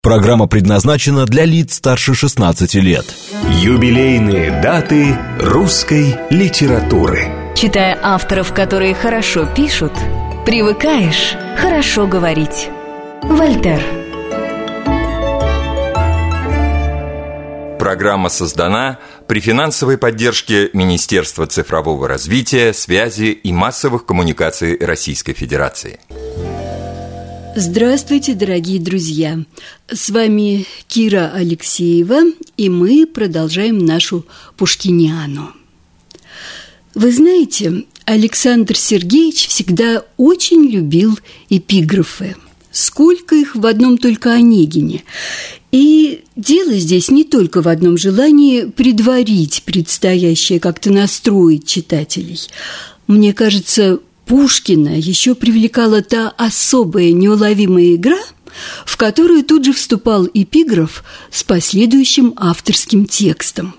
Программа предназначена для лиц старше 16 лет. Юбилейные даты русской литературы. Читая авторов, которые хорошо пишут, привыкаешь хорошо говорить. Вольтер. Программа создана при финансовой поддержке Министерства цифрового развития, связи и массовых коммуникаций Российской Федерации. Здравствуйте, дорогие друзья! С вами Кира Алексеева, и мы продолжаем нашу пушкиниану. Вы знаете, Александр Сергеевич всегда очень любил эпиграфы. Сколько их в одном только Онегине. И дело здесь не только в одном желании предварить предстоящее, как-то настроить читателей. Мне кажется, Пушкина еще привлекала та особая неуловимая игра, в которую тут же вступал эпиграф с последующим авторским текстом.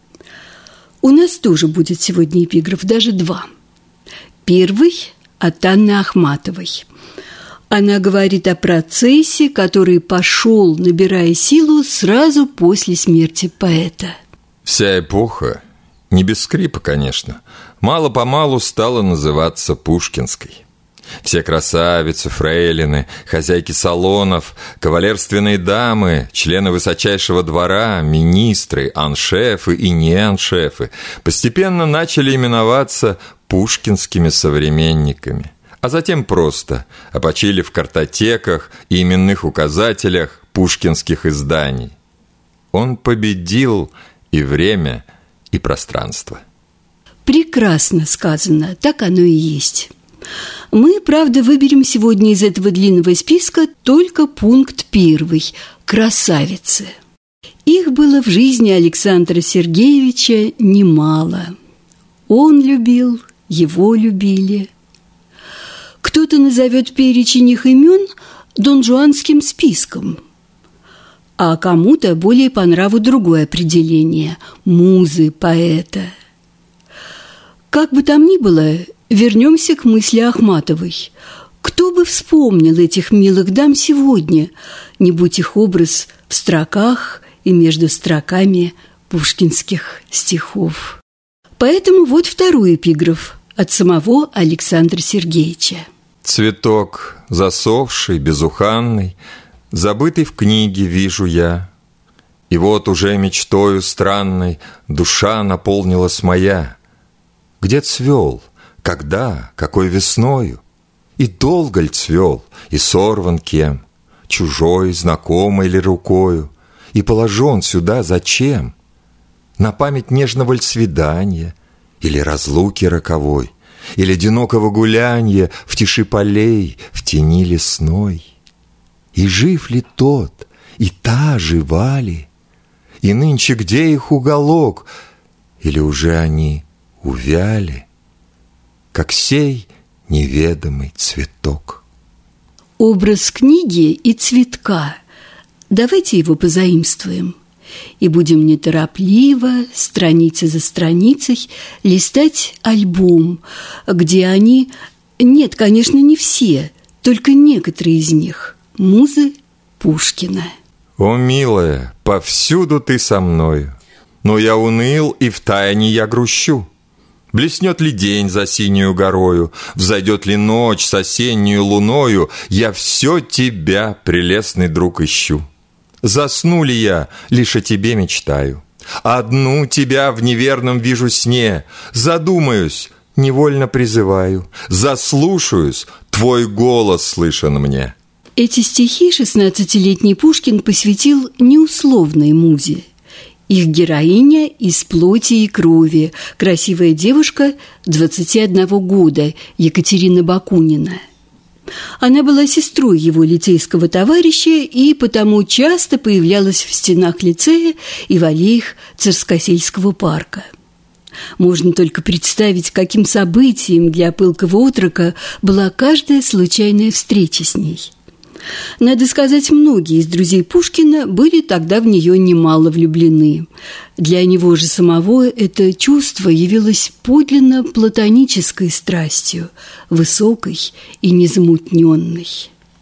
У нас тоже будет сегодня эпиграф, даже два. Первый от Анны Ахматовой. Она говорит о процессе, который пошел, набирая силу, сразу после смерти поэта. Вся эпоха, не без скрипа, конечно, мало-помалу стала называться пушкинской. Все красавицы, фрейлины, хозяйки салонов, кавалерственные дамы, члены высочайшего двора, министры, аншефы и неаншефы постепенно начали именоваться пушкинскими современниками, а затем просто опочили в картотеках и именных указателях пушкинских изданий. Он победил и время, и пространство. Прекрасно сказано, так оно и есть. Мы, правда, выберем сегодня из этого длинного списка только пункт 1 – красавицы. Их было в жизни Александра Сергеевича немало. Он любил, его любили. Кто-то назовет перечень их имен донжуанским списком, а кому-то более по нраву другое определение – музы поэта. Как бы там ни было, вернемся к мысли Ахматовой. Кто бы вспомнил этих милых дам сегодня, не будь их образ в строках и между строками пушкинских стихов. Поэтому вот второй эпиграф от самого Александра Сергеевича. Цветок засохший, безуханный, забытый в книге вижу я. И вот уже мечтою странной душа наполнилась моя. Где цвел, когда, какой весною? И долго ль цвел, и сорван кем? Чужой, знакомой ли рукою? И положен сюда зачем? На память нежного ль свидания? Или разлуки роковой? Или одинокого гулянья в тиши полей, в тени лесной? И жив ли тот, и та жива ли? И нынче где их уголок? Или уже они увяли, как сей неведомый цветок? Образ книги и цветка. Давайте его позаимствуем и будем неторопливо, страница за страницей, листать альбом, где они... Нет, конечно, не все, только некоторые из них. Музы Пушкина. О, милая, повсюду ты со мною, но я уныл, и втайне я грущу. Блеснет ли день за синюю горою, взойдет ли ночь с осеннюю луною, я все тебя, прелестный друг, ищу. Засну ли я, лишь о тебе мечтаю, одну тебя в неверном вижу сне, задумаюсь, невольно призываю, заслушаюсь, твой голос слышен мне. Эти стихи 16-летний Пушкин посвятил неусловной музе. Их героиня из плоти и крови, красивая девушка 21 года, Екатерина Бакунина. Она была сестрой его лицейского товарища и потому часто появлялась в стенах лицея и в аллеях Царскосельского парка. Можно только представить, каким событием для пылкого отрока была каждая случайная встреча с ней. Надо сказать, многие из друзей Пушкина были тогда в нее немало влюблены. Для него же самого это чувство явилось подлинно платонической страстью, высокой и незамутненной.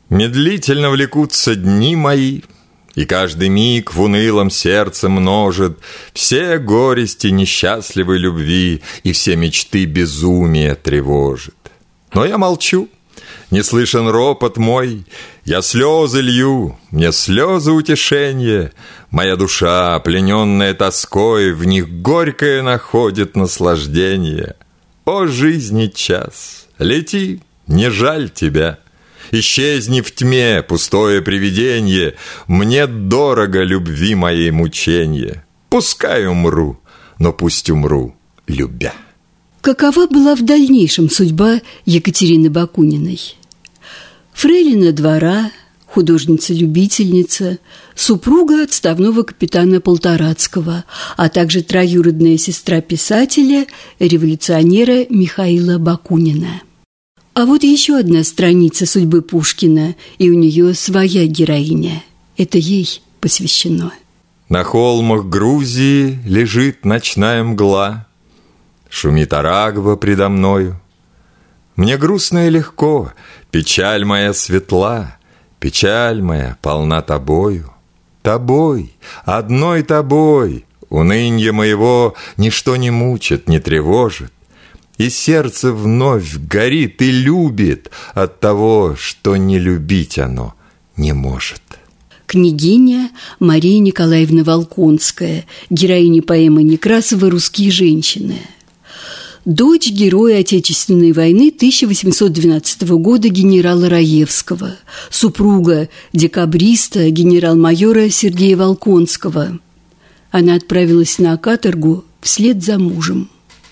Медлительно влекутся дни мои, и каждый миг в унылом сердце множит все горести несчастливой любви и все мечты безумия тревожит. Но я молчу, не слышен ропот мой, я слезы лью, мне слезы утешения. Моя душа, плененная тоской, в них горькое находит наслаждение. О, жизни час, лети, не жаль тебя. Исчезни в тьме, пустое привиденье, мне дорого любви моей мученье. Пускай умру, но пусть умру, любя. Какова была в дальнейшем судьба Екатерины Бакуниной? Фрейлина двора, художница-любительница, супруга отставного капитана Полторацкого, а также троюродная сестра писателя, революционера Михаила Бакунина. А вот еще одна страница судьбы Пушкина, и у нее своя героиня. Это ей посвящено. На холмах Грузии лежит ночная мгла, шумит Арагва предо мною. Мне грустно и легко, печаль моя светла, печаль моя полна тобою. Тобой, одной тобой, унынье моего ничто не мучит, не тревожит. И сердце вновь горит и любит от того, что не любить оно не может. Княгиня Мария Николаевна Волконская, героиня поэмы Некрасова «Русские женщины». Дочь героя Отечественной войны 1812 года генерала Раевского, супруга декабриста генерал-майора Сергея Волконского. Она отправилась на каторгу вслед за мужем.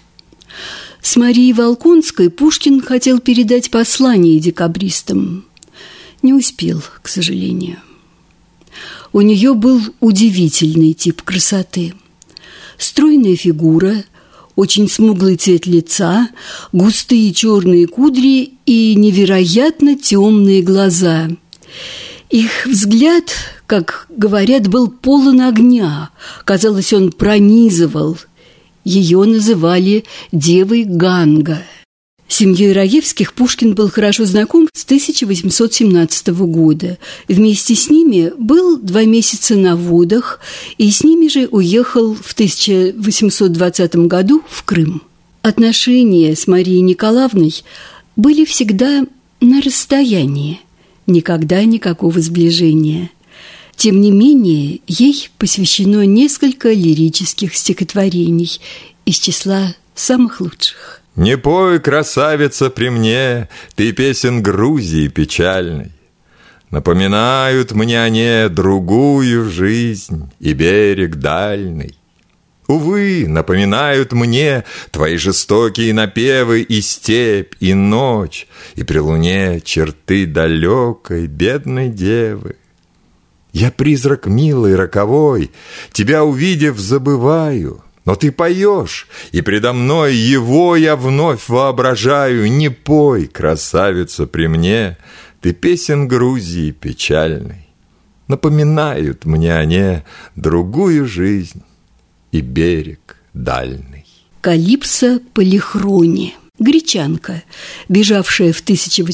С Марией Волконской Пушкин хотел передать послание декабристам. Не успел, к сожалению. У нее был удивительный тип красоты. Стройная фигура, очень смуглый цвет лица, густые черные кудри и невероятно темные глаза. Их взгляд, как говорят, был полон огня. Казалось, он пронизывал. Ее называли «девой Ганга». С семьей Раевских Пушкин был хорошо знаком с 1817 года. Вместе с ними был 2 месяца на водах, и с ними же уехал в 1820 году в Крым. Отношения с Марией Николаевной были всегда на расстоянии, никогда никакого сближения. Тем не менее, ей посвящено несколько лирических стихотворений из числа самых лучших. Не пой, красавица, при мне, ты песен Грузии печальной. Напоминают мне они другую жизнь и берег дальний. Увы, напоминают мне твои жестокие напевы и степь, и ночь, и при луне черты далекой бедной девы. Я призрак милый, роковой, тебя увидев, забываю. Но ты поешь, и предо мной его я вновь воображаю. Не пой, красавица, при мне, ты песен Грузии печальной. Напоминают мне они другую жизнь и берег дальний. Калипсо Полихрони. Гречанка, бежавшая в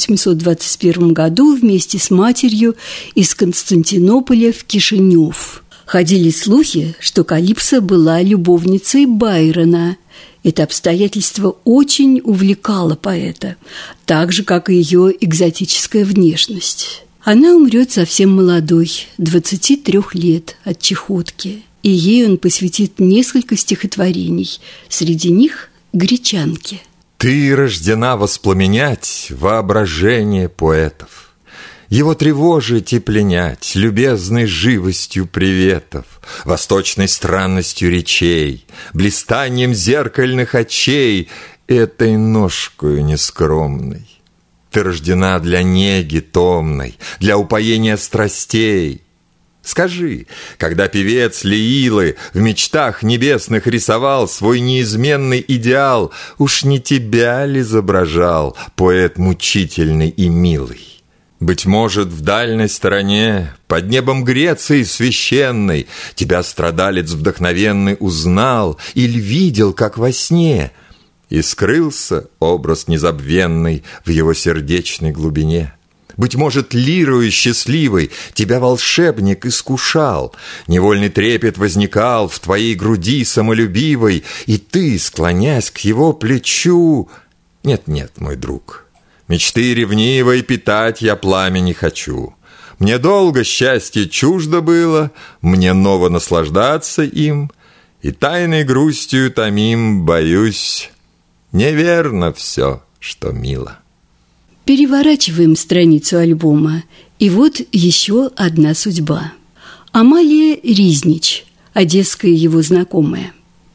1821 году вместе с матерью из Константинополя в Кишинев. Ходили слухи, что Калипсо была любовницей Байрона. Это обстоятельство очень увлекало поэта, так же, как и ее экзотическая внешность. Она умрет совсем молодой, 23 лет, от чехотки, и ей он посвятит несколько стихотворений, среди них «Гречанки». Ты рождена воспламенять воображение поэтов, его тревожить и пленять любезной живостью приветов, восточной странностью речей, блистанием зеркальных очей, этой ножкою нескромной. Ты рождена для неги томной, для упоения страстей. Скажи, когда певец Леилы в мечтах небесных рисовал свой неизменный идеал, уж не тебя ли изображал поэт мучительный и милый? Быть может, в дальней стороне, под небом Греции священной, тебя страдалец вдохновенный узнал или видел, как во сне, и скрылся образ незабвенный в его сердечной глубине. Быть может, лирою счастливой тебя волшебник искушал, невольный трепет возникал в твоей груди самолюбивой, и ты, склонясь к его плечу... Нет, мой друг, мечты ревнивой питать я пламя не хочу. Мне долго счастье чуждо было, мне ново наслаждаться им, и тайной грустью томим, боюсь, неверно все, что мило. Переворачиваем страницу альбома, и вот еще одна судьба. Амалия Ризнич, одесская его знакомая.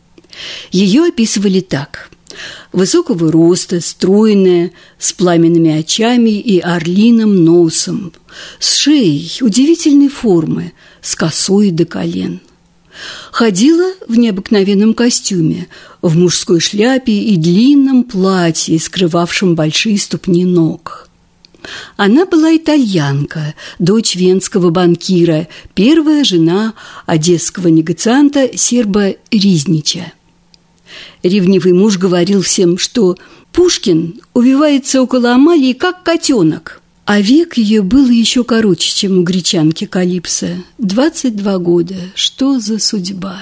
Ее описывали так: высокого роста, стройная, с пламенными очами и орлиным носом, с шеей удивительной формы, с косой до колен. Ходила в необыкновенном костюме, в мужской шляпе и длинном платье, скрывавшем большие ступни ног. Она была итальянка, дочь венского банкира, первая жена одесского негацианта серба Ризнича. Ревнивый муж говорил всем, что Пушкин увивается около Амалии, как котенок. А век ее был еще короче, чем у гречанки Калипсо. 22 года. Что за судьба?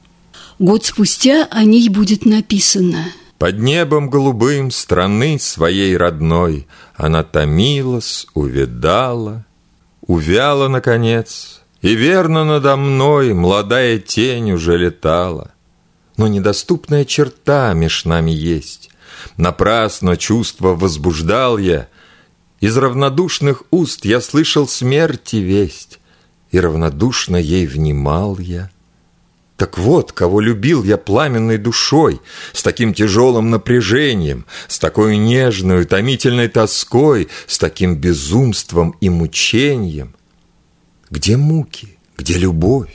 Год спустя о ней будет написано: под небом голубым страны своей родной она томилась, увядала, увяла, наконец, и верно надо мной молодая тень уже летала. Но недоступная черта меж нами есть. Напрасно чувство возбуждал я. Из равнодушных уст я слышал смерти весть, и равнодушно ей внимал я. Так вот, кого любил я пламенной душой, с таким тяжелым напряжением, с такой нежной, томительной тоской, с таким безумством и мучением. Где муки, где любовь?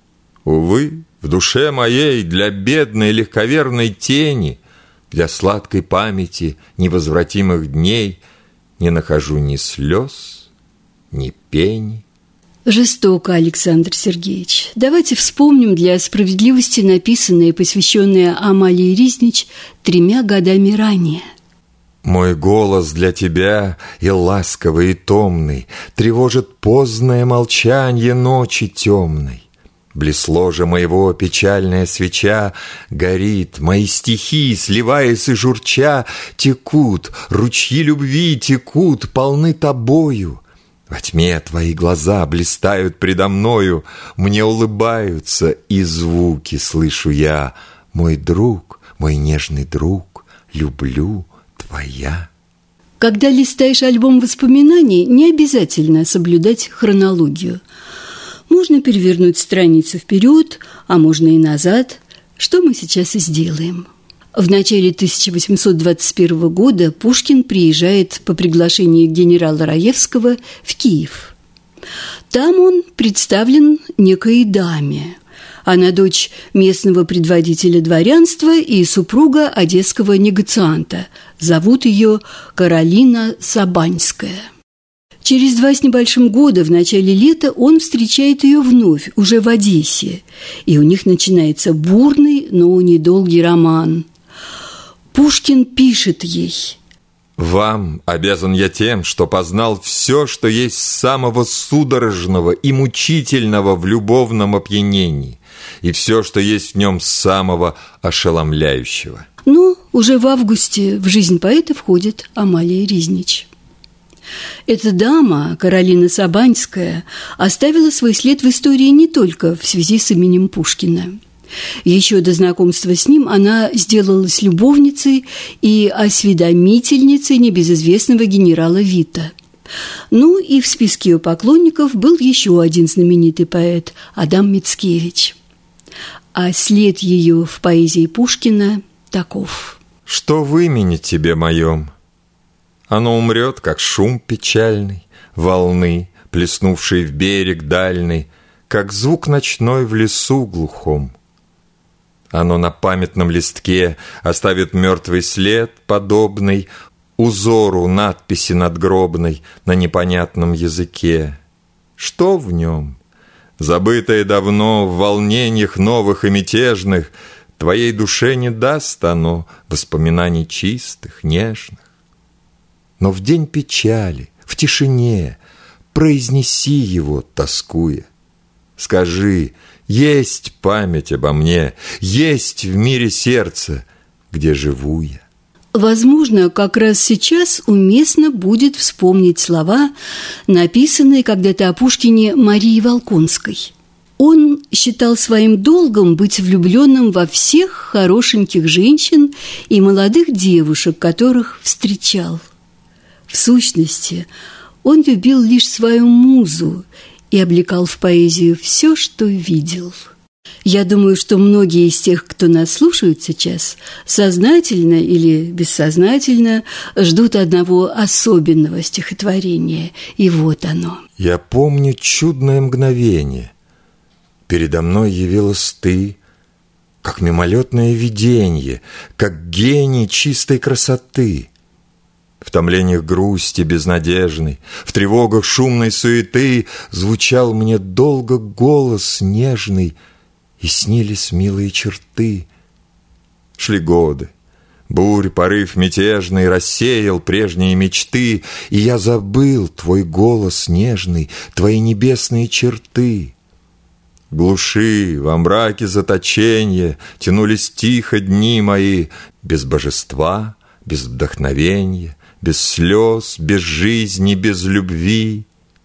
Увы, в душе моей для бедной легковерной тени, для сладкой памяти невозвратимых дней не нахожу ни слез, ни пени. Жестоко, Александр Сергеевич. Давайте вспомним для справедливости написанное и посвященное Амалии Ризнич 3 годами ранее. Мой голос для тебя и ласковый, и томный тревожит поздное молчанье ночи темной. Близ ложа моего печальная свеча горит, мои стихи, сливаясь и журча, текут, ручьи любви текут, полны тобою. Во тьме твои глаза блистают предо мною, мне улыбаются, и звуки слышу я. Мой друг, мой нежный друг, люблю твоя. Когда листаешь альбом воспоминаний, не обязательно соблюдать хронологию. Можно перевернуть страницу вперед, а можно и назад, что мы сейчас и сделаем. В начале 1821 года Пушкин приезжает по приглашению генерала Раевского в Киев. Там он представлен некой даме. Она дочь местного предводителя дворянства и супруга одесского негацианта. Зовут ее Каролина Сабаньская. Через 2 с небольшим года, в начале лета, он встречает ее вновь, уже в Одессе. И у них начинается бурный, но недолгий роман. Пушкин пишет ей: «Вам обязан я тем, что познал все, что есть самого судорожного и мучительного в любовном опьянении, и все, что есть в нем самого ошеломляющего». Ну, уже в августе в жизнь поэта входит Амалия Ризнич. Эта дама, Каролина Сабаньская, оставила свой след в истории не только в связи с именем Пушкина. Еще до знакомства с ним она сделалась любовницей и осведомительницей небезызвестного генерала Вита. Ну и в списке ее поклонников был еще один знаменитый поэт – Адам Мицкевич. А след ее в поэзии Пушкина таков. «Что в имени тебе моем? Оно умрет, как шум печальный, волны, плеснувшие в берег дальний, как звук ночной в лесу глухом. Оно на памятном листке оставит мертвый след, подобный узору надписи надгробной на непонятном языке. Что в нем? Забытое давно в волнениях новых и мятежных, твоей душе не даст оно воспоминаний чистых, нежных. Но в день печали, в тишине, произнеси его, тоскуя. Скажи, есть память обо мне, есть в мире сердце, где живу я. Возможно, как раз сейчас уместно будет вспомнить слова, написанные когда-то о Пушкине Марии Волконской. Он считал своим долгом быть влюбленным во всех хорошеньких женщин и молодых девушек, которых встречал. В сущности, он любил лишь свою музу и облекал в поэзию все, что видел. Я думаю, что многие из тех, кто нас слушают сейчас, сознательно или бессознательно ждут одного особенного стихотворения. И вот оно. Я помню чудное мгновение. Передо мной явилась ты, как мимолетное виденье, как гений чистой красоты. В томлениях грусти безнадежной, в тревогах шумной суеты звучал мне долго голос нежный, и снились милые черты. Шли годы, бурь, порыв мятежный рассеял прежние мечты, и я забыл твой голос нежный, твои небесные черты. В глуши, во мраке заточения тянулись тихо дни мои, без божества, без вдохновения, без слез, без жизни, без любви.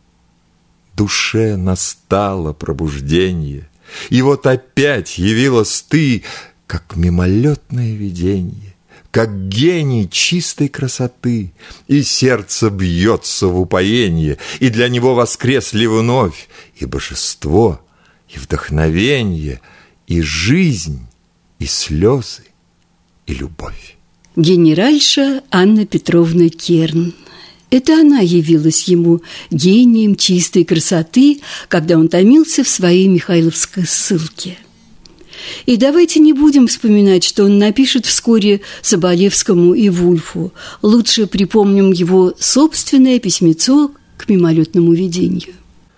Душе настало пробуждение, и вот опять явилась ты, как мимолетное виденье, как гений чистой красоты, и сердце бьется в упоенье, и для него воскресли вновь и божество, и вдохновенье, и жизнь, и слезы, и любовь. Генеральша Анна Петровна Керн. Это она явилась ему гением чистой красоты, когда он томился в своей Михайловской ссылке. И давайте не будем вспоминать, что он напишет вскоре Соболевскому и Вульфу. Лучше припомним его собственное письмецо к мимолетному видению.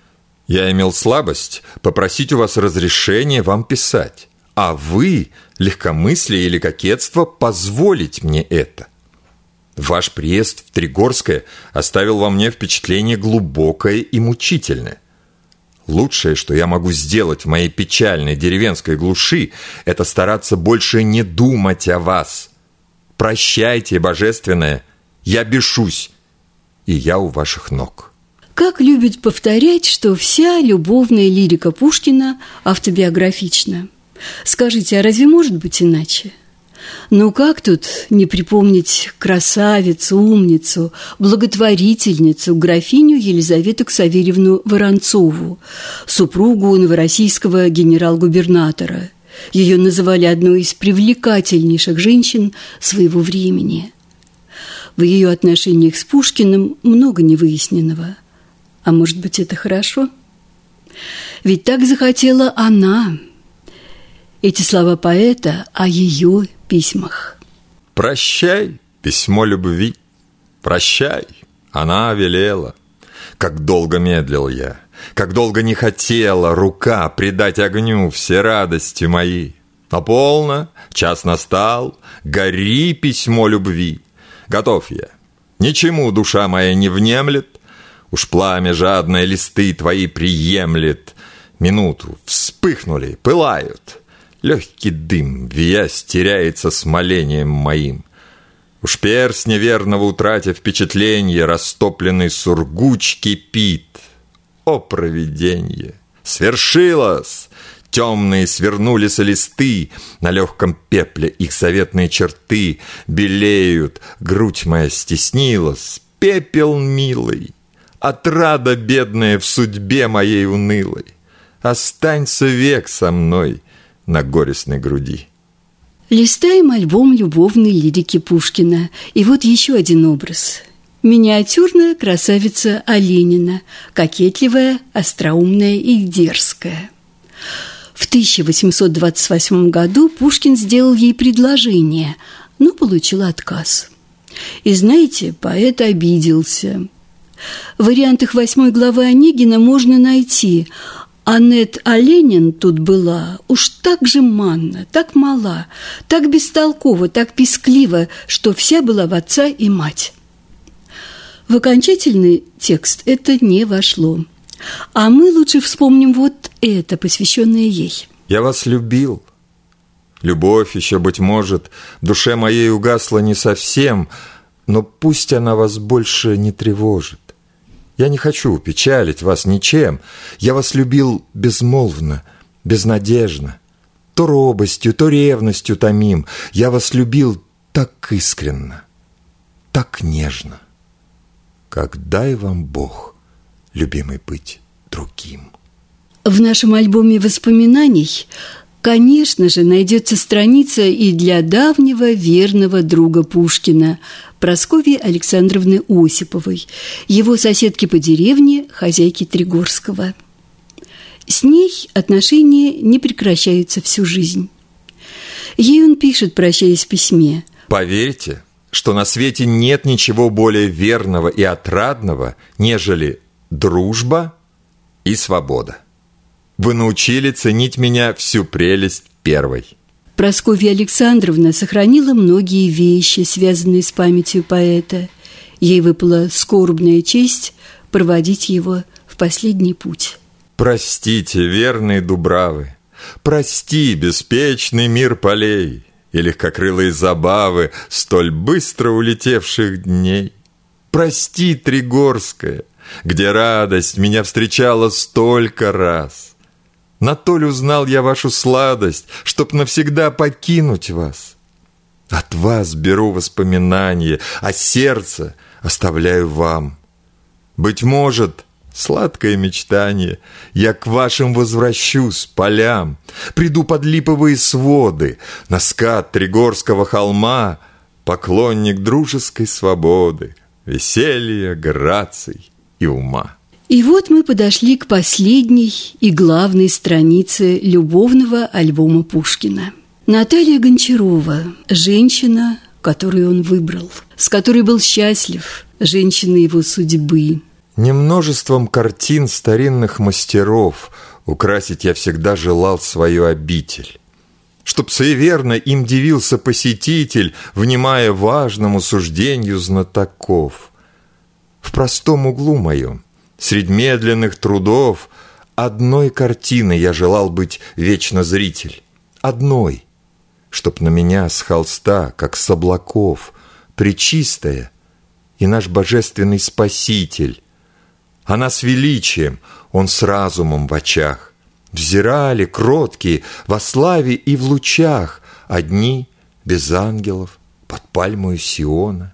Я имел слабость попросить у вас разрешения вам писать, а вы, легкомыслие или кокетство, позволить мне это. Ваш приезд в Тригорское оставил во мне впечатление глубокое и мучительное. Лучшее, что я могу сделать в моей печальной деревенской глуши, это стараться больше не думать о вас. Прощайте, божественное, я бешусь, и я у ваших ног. Как любит повторять, что вся любовная лирика Пушкина автобиографична. Скажите, а разве может быть иначе? Ну как тут не припомнить красавицу, умницу, благотворительницу, графиню Елизавету Ксаверьевну Воронцову, супругу новороссийского генерал-губернатора. Ее называли одной из привлекательнейших женщин своего времени. В ее отношениях с Пушкиным много невыясненного. А может быть, это хорошо? Ведь так захотела она. Эти слова поэта о ее письмах. «Прощай, письмо любви, прощай, она велела. Как долго медлил я, как долго не хотела рука предать огню все радости мои. А полно, час настал, гори, письмо любви. Готов я, ничему душа моя не внемлет, уж пламя жадное листы твои приемлет. Минуту вспыхнули, пылают». Легкий дым, виясь, теряется смолением моим. Уж перст неверного утратя впечатление, растопленный сургуч кипит. О, провиденье! Свершилось! Темные свернулись листы, на легком пепле их заветные черты белеют, грудь моя стеснилась, пепел милый, отрада бедная в судьбе моей унылой. Останься век со мной на горестной груди. Листаем альбом любовной лирики Пушкина. И вот еще один образ. Миниатюрная красавица Оленина, кокетливая, остроумная и дерзкая. В 1828 году Пушкин сделал ей предложение, но получил отказ. И знаете, поэт обиделся. В вариантах 8 главы Онегина можно найти: Аннет Оленин тут была уж так жеманна, так мала, так бестолкова, так песклива, что вся была в отца и мать. В окончательный текст это не вошло. А мы лучше вспомним вот это, посвященное ей. Я вас любил. Любовь еще, быть может, в душе моей угасла не совсем, но пусть она вас больше не тревожит. Я не хочу печалить вас ничем. Я вас любил безмолвно, безнадежно, то робостью, то ревностью томим. Я вас любил так искренно, так нежно. Как дай вам Бог, любимый, быть другим. В нашем альбоме воспоминаний, конечно же, найдется страница и для давнего верного друга Пушкина, Прасковьи Александровны Осиповой, его соседки по деревне, хозяйки Тригорского. С ней отношения не прекращаются всю жизнь. Ей он пишет, прощаясь в письме: «Поверьте, что на свете нет ничего более верного и отрадного, нежели дружба и свобода. Вы научили ценить меня всю прелесть первой». Прасковья Александровна сохранила многие вещи, связанные с памятью поэта. Ей выпала скорбная честь проводить его в последний путь. «Простите, верные дубравы, прости, беспечный мир полей и легкокрылые забавы столь быстро улетевших дней. Прости, Тригорская, где радость меня встречала столько раз. На то ли узнал я вашу сладость, чтоб навсегда покинуть вас. От вас беру воспоминания, а сердце оставляю вам. Быть может, сладкое мечтание, я к вашим возвращусь полям, приду под липовые своды, на скат Тригорского холма, поклонник дружеской свободы, веселья, граций и ума». И вот мы подошли к последней и главной странице любовного альбома Пушкина. Наталья Гончарова – женщина, которую он выбрал, с которой был счастлив, женщина его судьбы. Немножеством картин старинных мастеров украсить я всегда желал свою обитель, чтоб суеверно им дивился посетитель, внимая важному суждению знатоков. В простом углу моем, средь медленных трудов, одной картины я желал быть вечно зритель. Одной, чтоб на меня с холста, как с облаков, пречистая и наш божественный Спаситель. Она с величием, он с разумом в очах. Взирали кроткие во славе и в лучах, одни без ангелов под пальмою Сиона.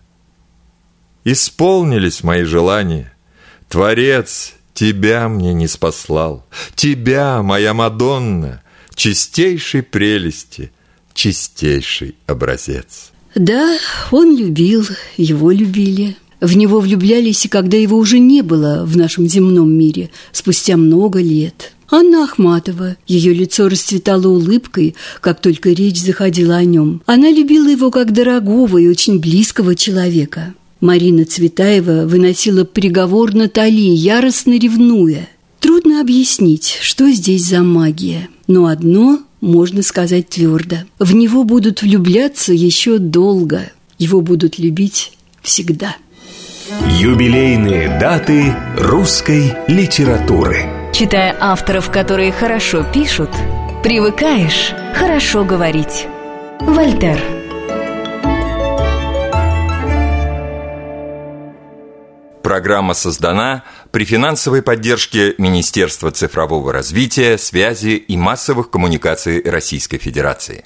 Исполнились мои желания. Творец тебя мне не спаслал, тебя, моя Мадонна, чистейшей прелести, чистейший образец. Да, он любил, его любили. В него влюблялись, и когда его уже не было в нашем земном мире, спустя много лет. Анна Ахматова, ее лицо расцветало улыбкой, как только речь заходила о нем. Она любила его как дорогого и очень близкого человека. Марина Цветаева выносила приговор Натали, яростно ревнуя. Трудно объяснить, что здесь за магия. Но одно можно сказать твердо. В него будут влюбляться еще долго. Его будут любить всегда. Юбилейные даты русской литературы. Читая авторов, которые хорошо пишут, привыкаешь хорошо говорить. Вольтер. Программа создана при финансовой поддержке Министерства цифрового развития, связи и массовых коммуникаций Российской Федерации.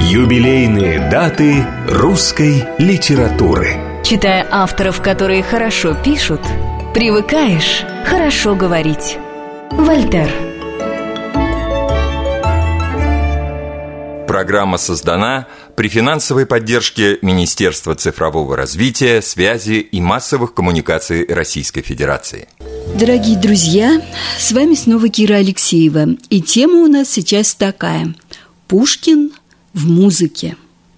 Юбилейные даты русской литературы. Читая авторов, которые хорошо пишут, привыкаешь хорошо говорить. Вольтер. Программа создана при финансовой поддержке Министерства цифрового развития, связи и массовых коммуникаций Российской Федерации. Дорогие друзья, с вами снова Кира Алексеева. И тема у нас сейчас такая: Пушкин в музыке.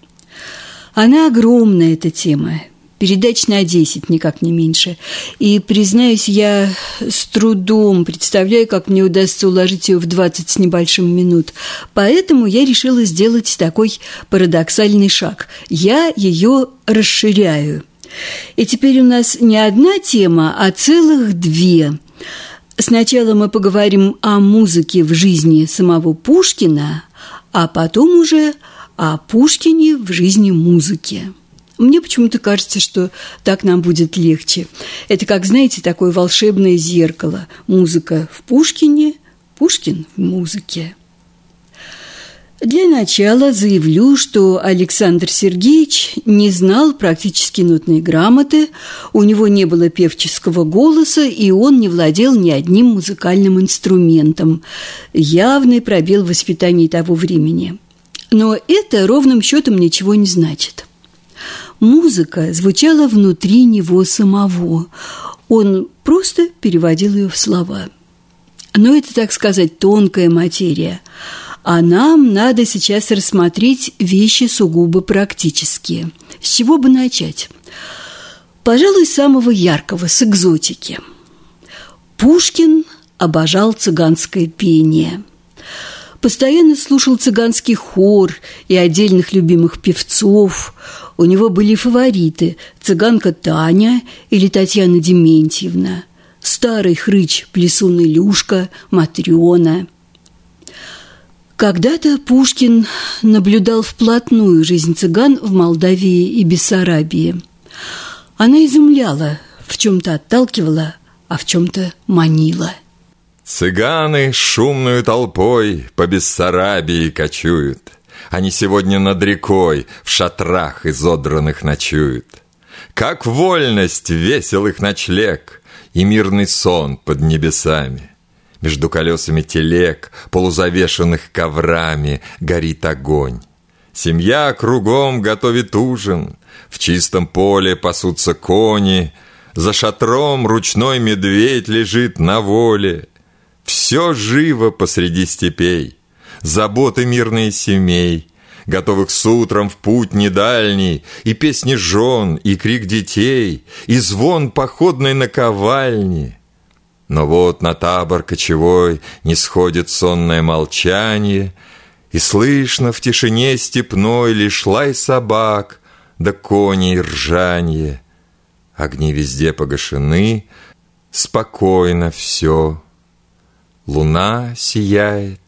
Она огромная, эта тема. Передач на 10, никак не меньше. И, признаюсь, я с трудом представляю, как мне удастся уложить ее в 20 с небольшим минут. Поэтому я решила сделать такой парадоксальный шаг. Я ее расширяю. И теперь у нас не одна тема, а целых две. Сначала мы поговорим о музыке в жизни самого Пушкина, а потом уже о Пушкине в жизни музыки. Мне почему-то кажется, что так нам будет легче. Это, как, знаете, такое волшебное зеркало. Музыка в Пушкине, Пушкин в музыке. Для начала заявлю, что Александр Сергеевич не знал практически нотной грамоты, у него не было певческого голоса, и он не владел ни одним музыкальным инструментом. Явный пробел в воспитании того времени. Но это ровным счетом ничего не значит. Музыка звучала внутри него самого. Он просто переводил ее в слова. Но это, так сказать, тонкая материя. А нам надо сейчас рассмотреть вещи сугубо практические. С чего бы начать? Пожалуй, с самого яркого, с экзотики. Пушкин обожал цыганское пение. Постоянно слушал цыганский хор и отдельных любимых певцов. У него были фавориты – цыганка Таня или Татьяна Дементьевна, старый хрыч Плесун Илюшка, Матрёна. Когда-то Пушкин наблюдал вплотную жизнь цыган в Молдавии и Бессарабии. Она изумляла, в чем-то отталкивала, а в чем-то манила. Цыганы шумную толпой по Бессарабии кочуют. Они сегодня над рекой в шатрах изодранных ночуют. Как вольность весел их ночлег и мирный сон под небесами. Между колесами телег, полузавешенных коврами, горит огонь. Семья кругом готовит ужин, в чистом поле пасутся кони, за шатром ручной медведь лежит на воле. Все живо посреди степей, заботы мирные семей, готовых с утром в путь недальний, и песни жен, и крик детей, и звон походной наковальни. Но вот на табор кочевой не сходит сонное молчание, и слышно в тишине степной лишь лай собак, да коней ржанье. Огни везде погашены, спокойно все. Луна сияет,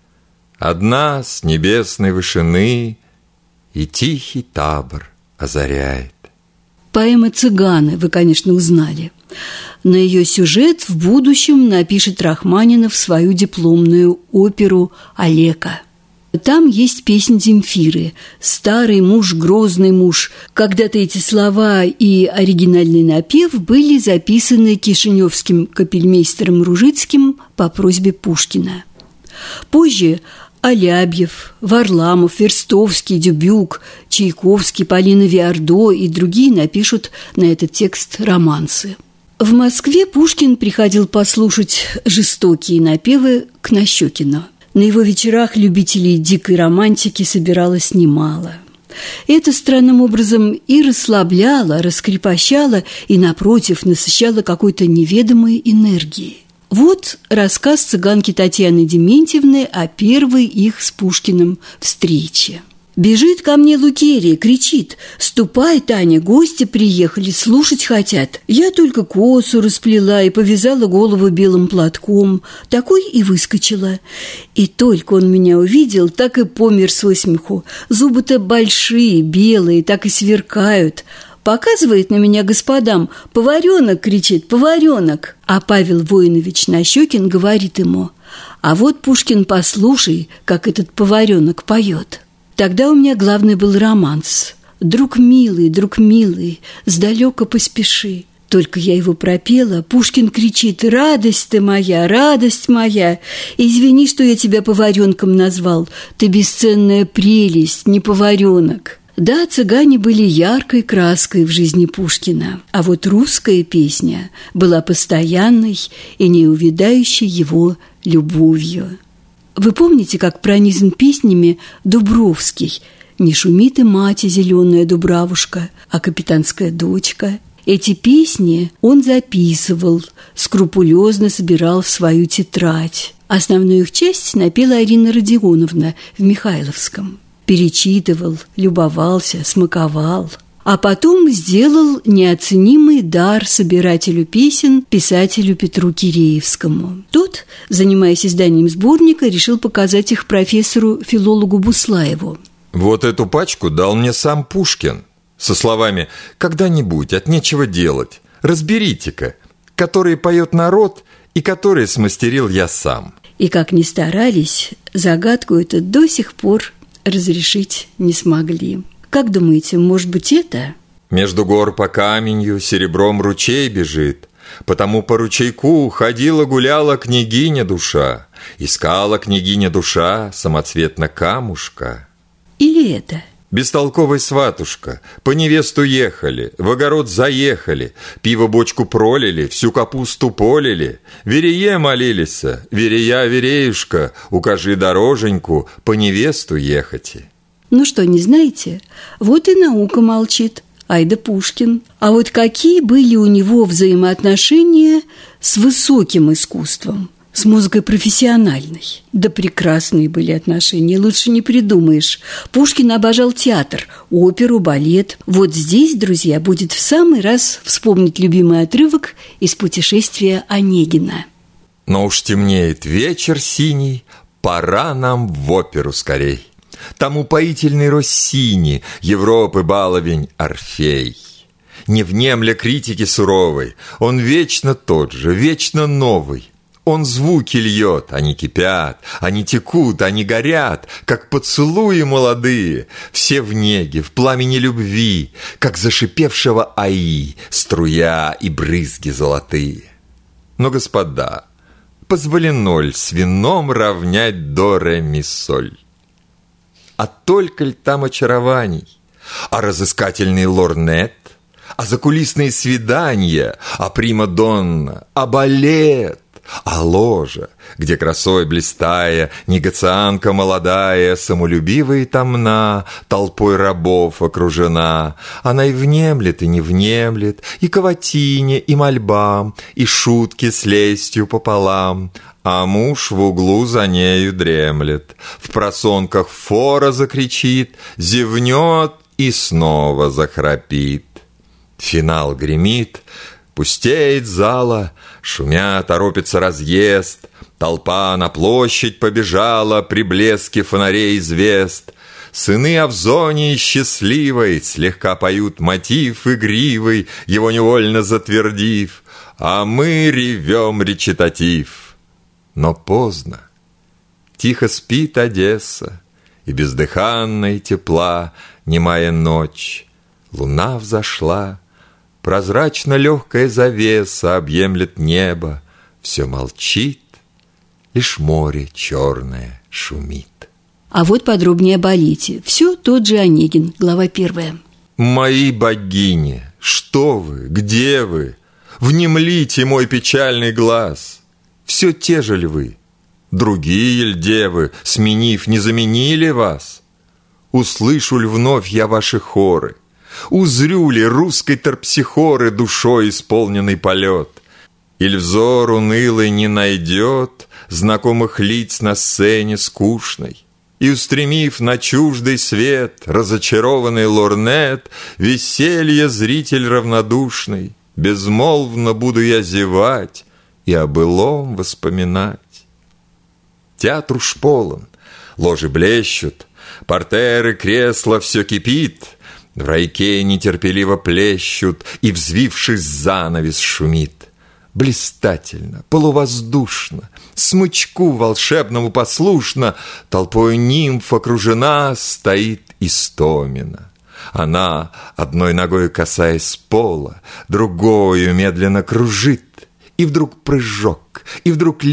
одна с небесной вышины, и тихий табор озаряет. Поэма «Цыганы» вы, конечно, узнали. На ее сюжет в будущем напишет Рахманинов свою дипломную оперу «Олека». Там есть песнь Земфиры «Старый муж, грозный муж». Когда-то эти слова и оригинальный напев были записаны кишиневским капельмейстером Ружицким по просьбе Пушкина. Позже Алябьев, Варламов, Верстовский, Дюбюк, Чайковский, Полина Виардо и другие напишут на этот текст романсы. В Москве Пушкин приходил послушать жестокие напевы к Нащекину. На его вечерах любителей дикой романтики собиралось немало. Это странным образом и расслабляло, раскрепощало и, напротив, насыщало какой-то неведомой энергией. Вот рассказ цыганки Татьяны Дементьевны о первой их с Пушкиным встрече. Бежит ко мне Лукерия, кричит: «Ступай, Таня, гости приехали, слушать хотят». Я только косу расплела и повязала голову белым платком, такой и выскочила. И только он меня увидел, так и помер со смеху. Зубы-то большие, белые, так и сверкают. Показывает на меня господам: «Поваренок!» — кричит, «поваренок!» А Павел Воинович Нащекин говорит ему: «А вот, Пушкин, послушай, как этот поваренок поет». Тогда у меня главный был романс. Друг милый, сдалека поспеши». Только я его пропела, Пушкин кричит: радость моя, извини, что я тебя поваренком назвал, ты бесценная прелесть, не поваренок». Да, цыгане были яркой краской в жизни Пушкина, а вот русская песня была постоянной и неувядающей его любовью. Вы помните, как пронизан песнями Дубровский: «Не шумит и мать зеленая дубравушка, а капитанская дочка». Эти песни он записывал, скрупулезно собирал в свою тетрадь. Основную их часть напела Ирина Родионовна в Михайловском. Перечитывал, любовался, смаковал. А потом сделал неоценимый дар собирателю песен, писателю Петру Киреевскому. Тот, занимаясь изданием сборника, решил показать их профессору-филологу Буслаеву. «Вот эту пачку дал мне сам Пушкин, со словами: «Когда-нибудь, от нечего делать, разберите-ка, которые поет народ и которые смастерил я сам». И как ни старались, загадку эту до сих пор разрешить не смогли. Как думаете, может быть, это? «Между гор по каменью серебром ручей бежит, потому по ручейку ходила-гуляла княгиня душа, искала княгиня душа самоцветно камушка». Или это? «Бестолковый сватушка, по невесту ехали, в огород заехали, пиво бочку пролили, всю капусту полили, верее молились, верея, вереюшка, укажи дороженьку, по невесту ехати». Ну что, не знаете? Вот и наука молчит. Ай да Пушкин. А вот какие были у него взаимоотношения с высоким искусством? С музыкой профессиональной. Да прекрасные были отношения, лучше не придумаешь. Пушкин обожал театр, оперу, балет. Вот здесь, друзья, будет в самый раз вспомнить любимый отрывок из «Путешествия Онегина». «Но уж темнеет вечер синий, пора нам в оперу скорей. Там упоительный Россини, Европы баловень Орфей. Не внемля критики суровой, он вечно тот же, вечно новый. Он звуки льет, они кипят, они текут, они горят, как поцелуи молодые, все в неге, в пламени любви, как зашипевшего аи, струя и брызги золотые. Но, господа, позволено с вином равнять до ре ми соль? А только ль там очарований, а разыскательный лорнет, а закулисные свидания, а прима-донна, а балет, а ложа, где красой блистая, негацианка молодая, самолюбива и томна, толпой рабов окружена. Она и внемлет, и не внемлет, и каватине, и мольбам, и шутки с лестью пополам. А муж в углу за нею дремлет, в просонках фора закричит, зевнет и снова захрапит. Финал гремит, пустеет зала, шумя торопится разъезд, толпа на площадь побежала при блеске фонарей звезд. Сыны Авзонии счастливой слегка поют мотив игривый, его невольно затвердив, а мы ревем речитатив. Но поздно, тихо спит Одесса, и бездыханной тепла немая ночь. Луна взошла, прозрачно легкая завеса объемлет небо, все молчит, лишь море черное шумит. А вот подробнее о балете. Все тот же Онегин, глава 1. «Мои богини, что вы, где вы? Внемлите мой печальный глаз. Все те же ли вы? Другие ль девы, сменив, не заменили вас? Услышу ль вновь я ваши хоры? Узрю ли русской терпсихоры душой исполненный полет? Иль взор унылый не найдет знакомых лиц на сцене скучной? И, устремив на чуждый свет разочарованный лорнет, веселье зритель равнодушный, безмолвно буду я зевать и о былом воспоминать. Театр уж полон, ложи блещут, портеры, кресла, все кипит, в райке нетерпеливо плещут, и, взвившись, занавес шумит. блистательно, полувоздушно, смычку волшебному послушно, толпою нимф окружена, стоит Истомина. Она, одной ногой касаясь пола, другою медленно кружит, и вдруг прыжок, и вдруг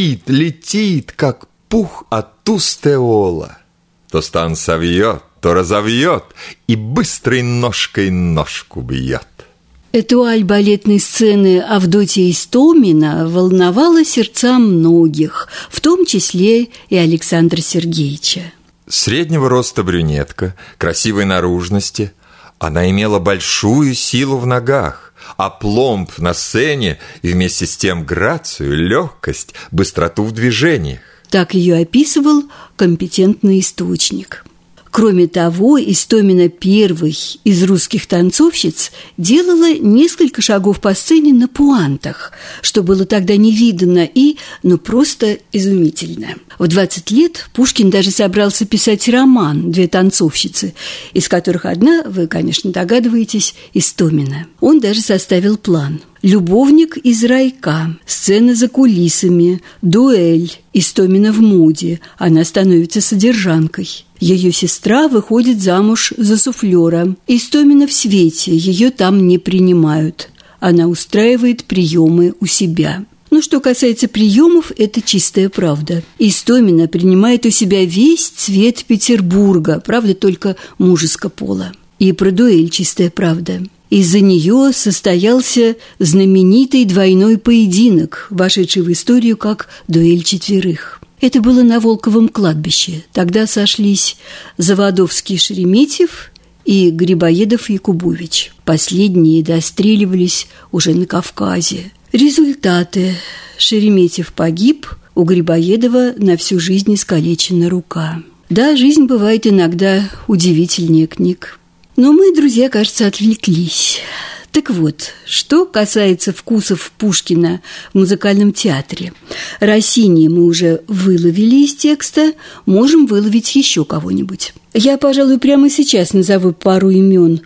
летит, как пух от устеола. То стан совьет, то разовьет, и быстрой ножкой ножку бьет. Этуаль балетной сцены Авдотья Истомина волновала сердца многих, в том числе и Александра Сергеевича. Среднего роста брюнетка, красивой наружности, она имела большую силу в ногах, апломб на сцене и вместе с тем грацию, легкость, быстроту в движениях. Так ее описывал компетентный источник. Кроме того, Истомина первой из русских танцовщиц делала несколько шагов по сцене на пуантах, что было тогда не видано и, просто изумительно. В 20 лет Пушкин даже собрался писать роман «Две танцовщицы», из которых одна, вы, конечно, догадываетесь, Истомина. Он даже составил план. «Любовник из райка», сцена за кулисами, дуэль, Истомина в моде, она становится содержанкой. Ее сестра выходит замуж за суфлера. Истомина в свете, ее там не принимают. Она устраивает приемы у себя. Что касается приемов, это чистая правда. Истомина принимает у себя весь цвет Петербурга, правда, только мужеского пола. И про дуэль чистая правда. Из-за нее состоялся знаменитый двойной поединок, вошедший в историю как дуэль четверых. Это было на Волковом кладбище. Тогда сошлись Заводовский Шереметьев и Грибоедов-Якубович. Последние достреливались уже на Кавказе. Результаты. Шереметьев погиб, у Грибоедова на всю жизнь искалечена рука. Да, жизнь бывает иногда удивительнее книг. Но мы, друзья, кажется, отвлеклись. Так вот, что касается вкусов Пушкина в музыкальном театре. Россини мы уже выловили из текста, можем выловить еще кого-нибудь. Я, пожалуй, прямо сейчас назову пару имен.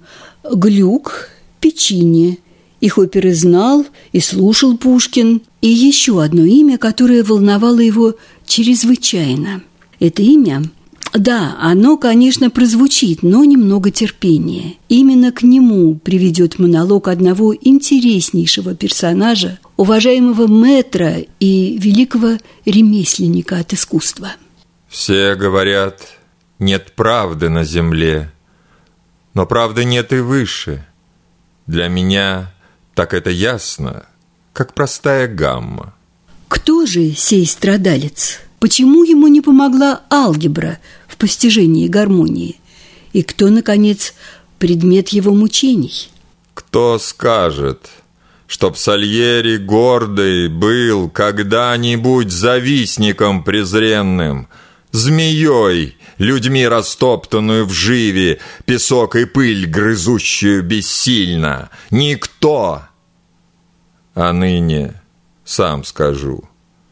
Глюк, Печини. Их оперы знал и слушал Пушкин. И еще одно имя, которое волновало его чрезвычайно. Это имя... Да, оно, конечно, прозвучит, но немного терпения. Именно к нему приведет монолог одного интереснейшего персонажа, уважаемого мэтра и великого ремесленника от искусства. Все говорят, нет правды на земле, но правды нет и выше. Для меня так это ясно, как простая гамма. Кто же сей страдалец? Почему ему не помогла алгебра в постижении гармонии? И кто, наконец, предмет его мучений? Кто скажет, чтоб Сальери гордый был когда-нибудь завистником презренным, змеей, людьми растоптанную в живе, песок и пыль грызущую бессильно? Никто! А ныне, сам скажу,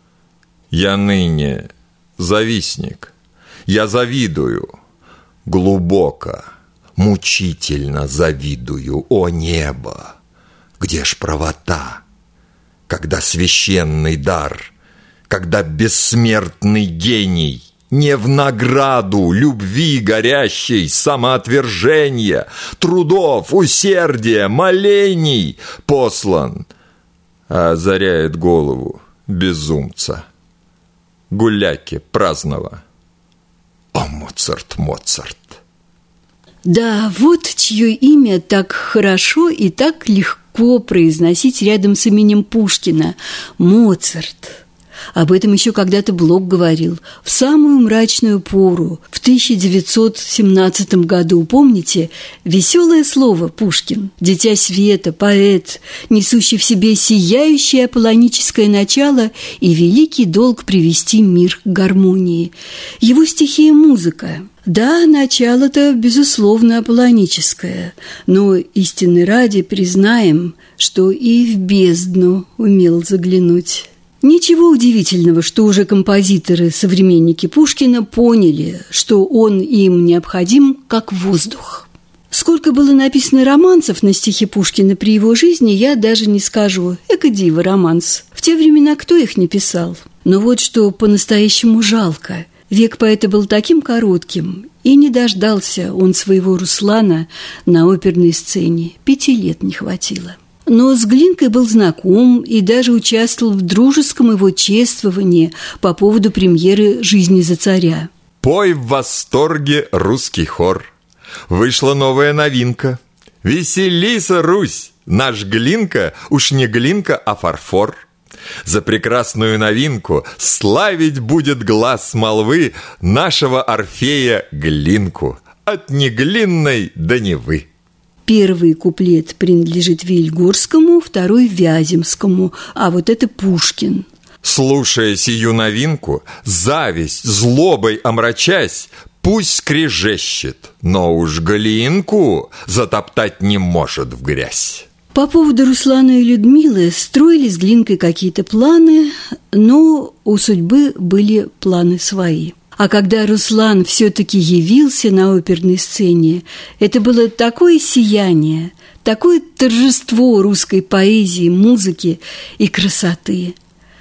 я ныне завистник, я завидую, глубоко, мучительно завидую, о небо! Где ж правота, когда священный дар, когда бессмертный гений не в награду любви горящей, самоотвержения, трудов, усердия, молений послан, а озаряет голову безумца, гуляки праздного. О, Моцарт, Моцарт! Да, вот чье имя так хорошо и так легко произносить рядом с именем Пушкина – Моцарт. Об этом еще когда-то Блок говорил. В самую мрачную пору, в 1917 году, помните, веселое слово Пушкин, дитя света, поэт, несущий в себе сияющее аполлоническое начало и великий долг привести мир к гармонии. Его стихия – музыка. Да, начало-то, безусловно, аполлоническое, но истины ради признаем, что и в бездну умел заглянуть. Ничего удивительного, что уже композиторы, современники Пушкина поняли, что он им необходим как воздух. Сколько было написано романсов на стихи Пушкина при его жизни, я даже не скажу. Эко диво романс. В те времена кто их не писал? Но вот что по-настоящему жалко. Век поэта был таким коротким, и не дождался он своего Руслана на оперной сцене. 5 лет не хватило. Но с Глинкой был знаком и даже участвовал в дружеском его чествовании по поводу премьеры «Жизни за царя». Пой в восторге русский хор. Вышла новая новинка. Веселися, Русь! Наш Глинка уж не Глинка, а фарфор. За прекрасную новинку славить будет глаз молвы нашего Орфея Глинку. От неглинной до Невы. Первый куплет принадлежит Вельгорскому, второй – Вяземскому, а вот это Пушкин. Слушая сию новинку, зависть злобой омрачась, пусть скрежещет, но уж Глинку затоптать не может в грязь. По поводу Руслана и Людмилы строили с Глинкой какие-то планы, но у судьбы были планы свои. А когда Руслан все-таки явился на оперной сцене, это было такое сияние, такое торжество русской поэзии, музыки и красоты.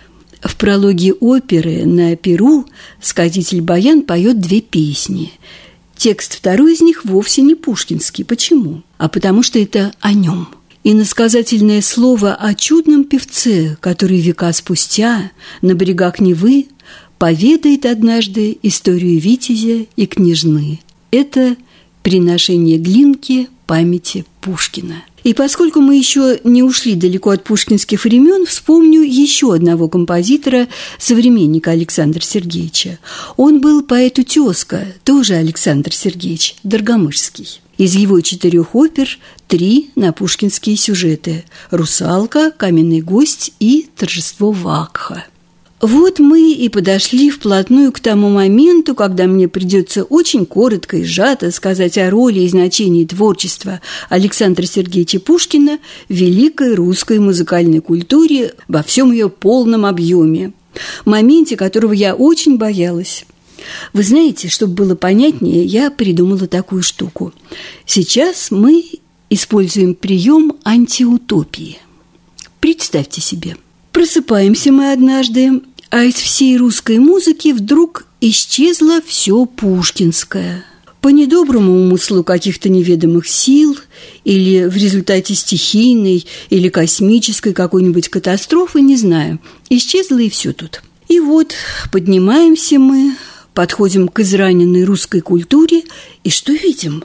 В прологе оперы на Перу сказитель Баян поет 2 песни. Текст второй из них вовсе не пушкинский. Почему? А потому что это о нем. Иносказательное слово о чудном певце, который века спустя на берегах Невы поведает однажды историю витязя и княжны. Это приношение Глинки памяти Пушкина. И поскольку мы еще не ушли далеко от пушкинских времен, вспомню еще одного композитора, современника Александра Сергеевича. Он был поэт-тезка, тоже Александр Сергеевич, Доргомышский. Из его 4 опер 3 на пушкинские сюжеты: «Русалка», «Каменный гость» и «Торжество Вакха». Вот мы и подошли вплотную к тому моменту, когда мне придется очень коротко и сжато сказать о роли и значении творчества Александра Сергеевича Пушкина в великой русской музыкальной культуре во всем ее полном объеме, моменте которого я очень боялась. Вы знаете, чтобы было понятнее, я придумала такую штуку. Сейчас мы используем прием антиутопии. Представьте себе. Просыпаемся мы однажды, а из всей русской музыки вдруг исчезло все пушкинское. По недоброму умыслу каких-то неведомых сил или в результате стихийной или космической какой-нибудь катастрофы, не знаю, исчезло и все тут. И вот поднимаемся мы, подходим к израненной русской культуре, и что видим?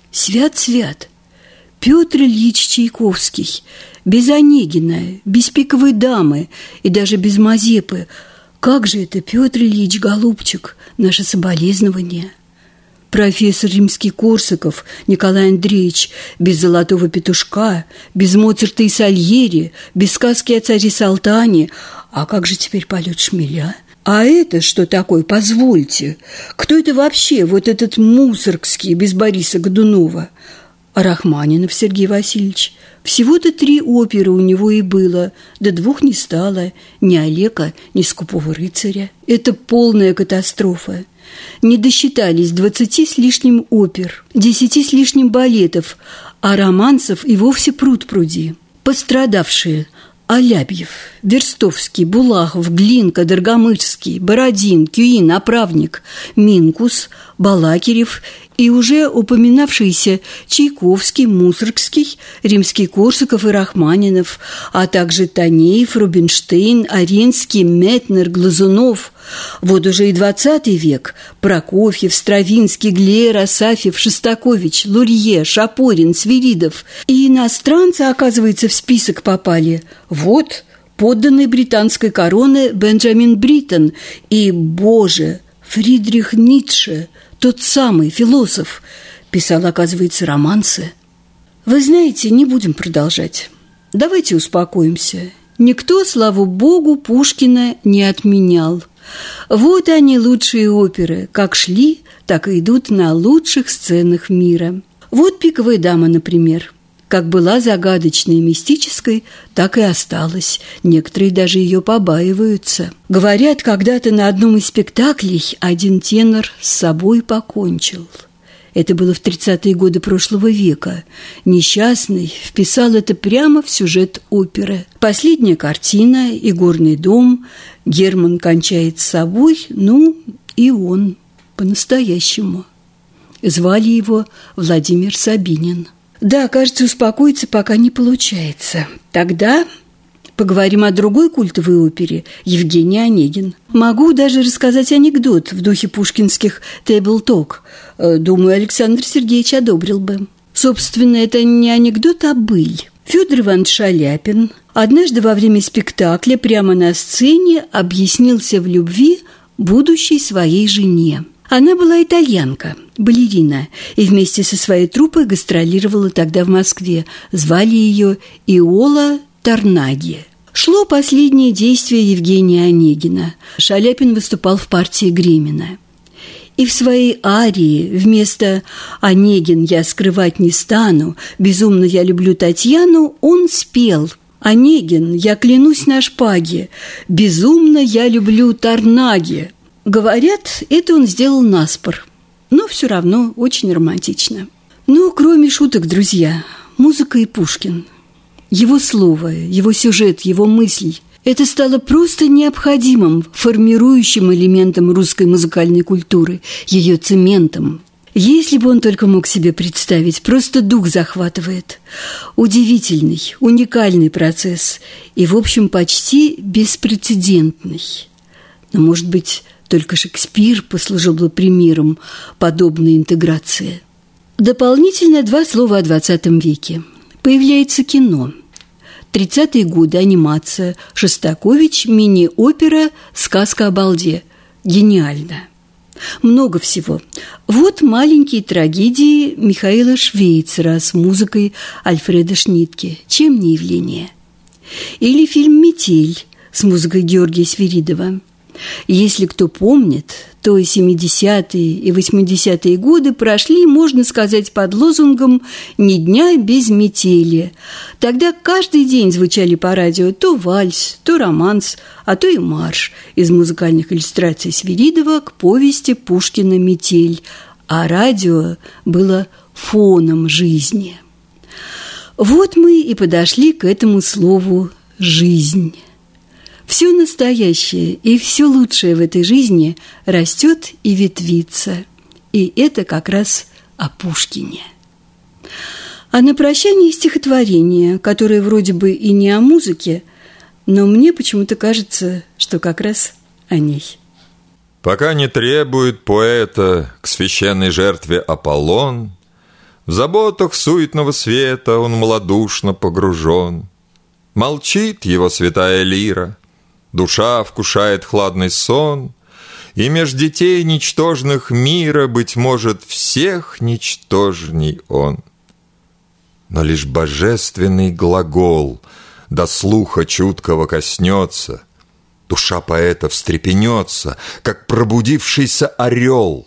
Свят-свят! Петр Ильич Чайковский, без Онегина, без Пиковой дамы и даже без Мазепы. Как же это, Петр Ильич, голубчик, наше соболезнование. Профессор Римский-Корсаков Николай Андреевич, без Золотого петушка, без Моцарта и Сальери, без сказки о царе Салтане. А как же теперь полет шмеля? А это что такое, позвольте? Кто это вообще, вот этот Мусоргский, без Бориса Годунова? А Рахманинов Сергей Васильевич? Всего-то 3 оперы у него и было, да 2 не стало, ни Олега, ни Скупого рыцаря. Это полная катастрофа. Не досчитались 20 с лишним опер, 10 с лишним балетов, а романсов и вовсе пруд-пруди. Пострадавшие: Алябьев, Верстовский, Булахов, Глинка, Доргомышский, Бородин, Кюин, Оправник, Минкус, Балакирев и уже упоминавшиеся Чайковский, Мусоргский, Римский-Корсаков и Рахманинов, а также Танеев, Рубинштейн, Аренский, Метнер, Глазунов. Вот уже и 20 век: Прокофьев, Стравинский, Глеер, Асафьев, Шостакович, Лурье, Шапорин, Свиридов. И иностранцы, оказывается, в список попали. Вот подданный британской короны Бенджамин Бриттон и, боже, Фридрих Ницше, тот самый философ, писал, оказывается, романсы. Вы знаете, не будем продолжать. Давайте успокоимся. Никто, слава богу, Пушкина не отменял. Вот они, лучшие оперы, как шли, так и идут на лучших сценах мира. Вот «Пиковая дама», например. Как была загадочной и мистической, так и осталась. Некоторые даже ее побаиваются. Говорят, когда-то на одном из спектаклей один тенор с собой покончил. Это было в 30-е годы прошлого века. Несчастный вписал это прямо в сюжет оперы. Последняя картина, игорный дом, Герман кончает с собой, и он по-настоящему. Звали его Владимир Сабинин. Да, кажется, успокоиться пока не получается. Тогда поговорим о другой культовой опере «Евгений Онегин». Могу даже рассказать анекдот в духе пушкинских «Тейбл-ток». Думаю, Александр Сергеевич одобрил бы. Собственно, это не анекдот, а быль. Фёдор Иванович Шаляпин однажды во время спектакля прямо на сцене объяснился в любви будущей своей жене. Она была итальянка, балерина, и вместе со своей труппой гастролировала тогда в Москве. Звали ее Иола Торнаги. Шло последнее действие Евгения Онегина. Шаляпин выступал в партии Гремина. И в своей арии вместо «Онегин, я скрывать не стану, безумно я люблю Татьяну» он спел «Онегин, я клянусь на шпаге, безумно я люблю Торнаги». Говорят, это он сделал наспор, но все равно очень романтично. Кроме шуток, друзья, музыка и Пушкин. Его слово, его сюжет, его мысль – это стало просто необходимым, формирующим элементом русской музыкальной культуры, ее цементом. Если бы он только мог себе представить, просто дух захватывает. Удивительный, уникальный процесс и, в общем, почти беспрецедентный. Но, может быть, только Шекспир послужил бы примером подобной интеграции. Дополнительно 2 слова о XX веке. Появляется кино. 30-е годы, анимация, Шостакович, мини-опера «Сказка о балде». Гениально. Много всего. Вот маленькие трагедии Михаила Швейцера с музыкой Альфреда Шнитке. Чем не явление? Или фильм «Метель» с музыкой Георгия Свиридова. Если кто помнит, то 70-е и 80-е годы прошли, можно сказать, под лозунгом «Ни дня без метели». Тогда каждый день звучали по радио то вальс, то романс, а то и марш из музыкальных иллюстраций Свиридова к повести Пушкина «Метель», а радио было фоном жизни. Вот мы и подошли к этому слову «жизнь». Все настоящее и все лучшее в этой жизни растет и ветвится. И это как раз о Пушкине. А на прощание стихотворение, которое вроде бы и не о музыке, но мне почему-то кажется, что как раз о ней. Пока не требует поэта к священной жертве Аполлон, в заботах суетного света он малодушно погружен. Молчит его святая лира, душа вкушает хладный сон, и меж детей ничтожных мира, быть может, всех ничтожней он. Но лишь божественный глагол до слуха чуткого коснется, душа поэта встрепенется, как пробудившийся орел.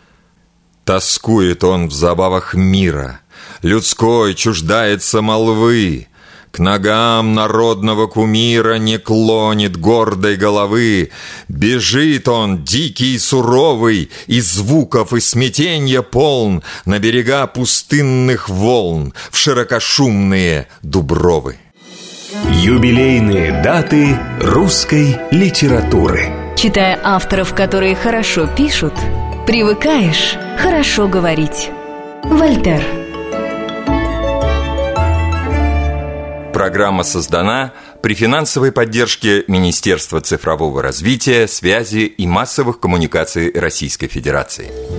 Тоскует он в забавах мира, людской чуждается молвы, к ногам народного кумира не клонит гордой головы. Бежит он, дикий и суровый, и звуков и смятенья полн, на берега пустынных волн, в широкошумные дубровы. Юбилейные даты русской литературы. Читая авторов, которые хорошо пишут, привыкаешь хорошо говорить. Вольтер. Программа создана при финансовой поддержке Министерства цифрового развития, связи и массовых коммуникаций Российской Федерации.